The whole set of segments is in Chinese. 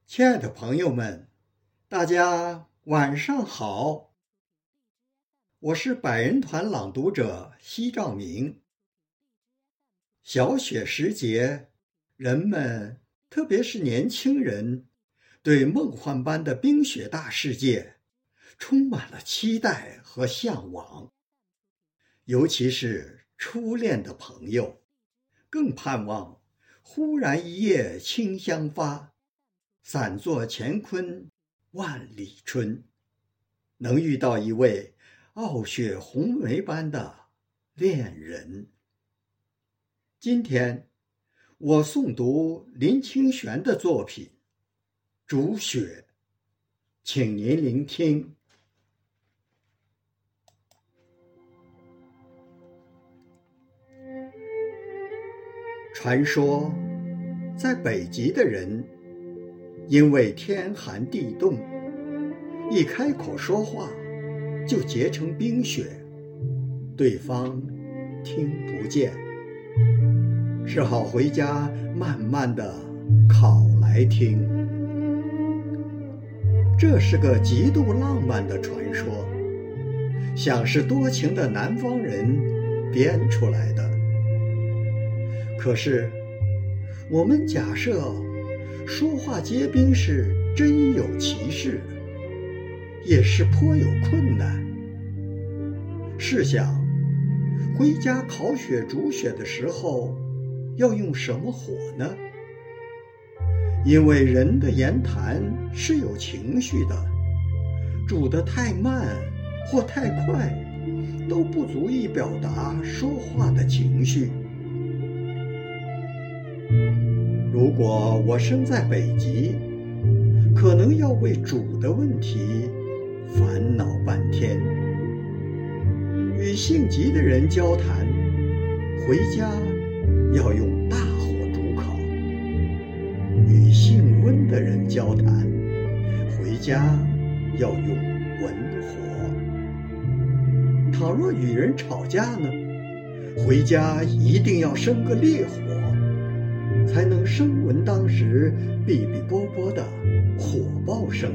亲爱的朋友们，大家晚上好，我是百人团朗读者奚兆明。小雪时节，人们，特别是年轻人，对梦幻般的冰雪大世界充满了期待和向往。尤其是初恋的朋友，更盼望忽然一夜清香发，散作乾坤万里春，能遇到一位傲雪红梅般的恋人。今天我诵读林清玄的作品《煮雪》，请您聆听。传说在北极的人因为天寒地冻，一开口说话就结成冰雪，对方听不见，只好回家慢慢地烤来听。这是个极度浪漫的传说，像是多情的南方人编出来的。可是我们假设说话结冰是真有其事，也是颇有困难。试想，回家烤雪煮雪的时候要用什么火呢？因为人的言谈是有情绪的，煮得太慢或太快都不足以表达说话的情绪。如果我生在北极，可能要为煮的问题烦恼半天。与性急的人交谈，回家要用大火煮烤；与性温的人交谈，回家要用文火。倘若与人吵架呢，回家一定要生个烈火，才能声闻当时哔哔啵啵的火爆声。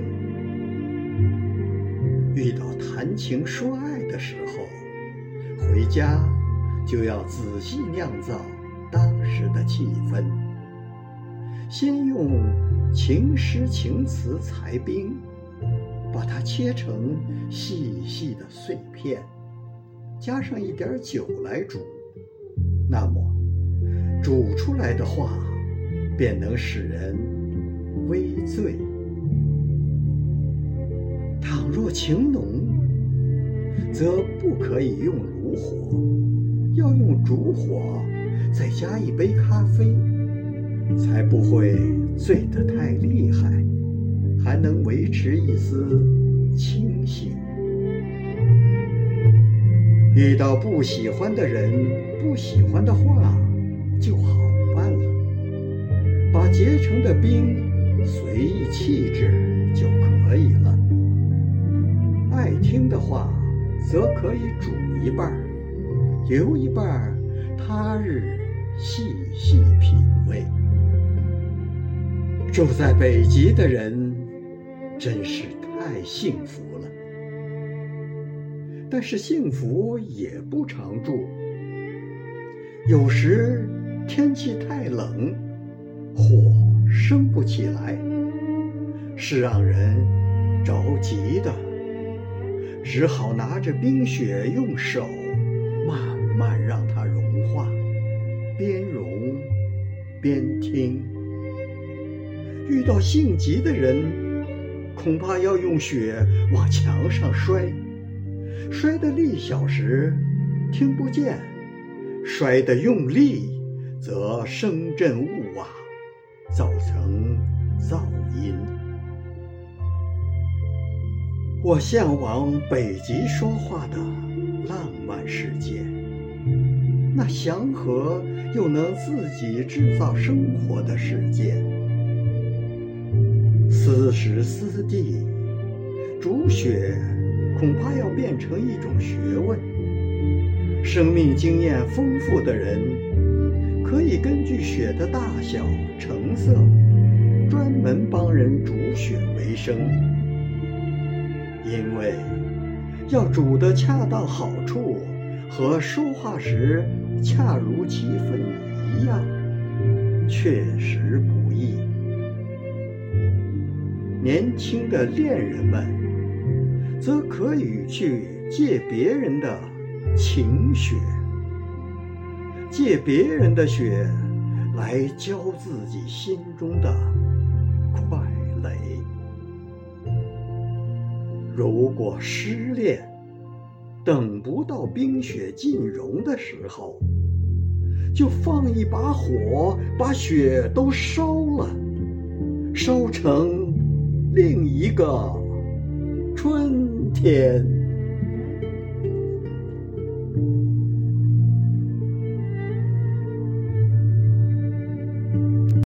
遇到谈情说爱的时候，回家就要仔细酿造当时的气氛，先用情诗情词裁冰，把它切成细细的碎片，加上一点酒来煮，那么煮出来的话便能使人微醉。倘若情浓，则不可以用炉火，要用烛火，再加一杯咖啡，才不会醉得太厉害，还能维持一丝清醒。遇到不喜欢的人，不喜欢的话就好办了，把结成的冰随意弃置就可以了。爱听的话则可以煮一半，留一半他日细细品味。住在北极的人真是太幸福了，但是幸福也不常住，有时天气太冷，火升不起来，是让人着急的，只好拿着冰雪用手慢慢让它融化，边融边听。遇到性急的人，恐怕要用雪往墙上摔，摔得力小时听不见，摔得用力则声震物瓦，造成噪音。我向往北极说话的浪漫世界，那祥和又能自己制造生活的世界。斯时斯地，煮雪恐怕要变成一种学问。生命经验丰富的人，可以根据雪的大小、成色， 专门帮人煮血为生，因为要煮得恰到好处，和说话时恰如其分一样，确实不易。年轻的恋人们，则可以去借别人的情血，借别人的血来浇自己心中的快垒。如果失恋等不到冰雪尽融的时候，就放一把火，把雪都烧了，烧成另一个春天。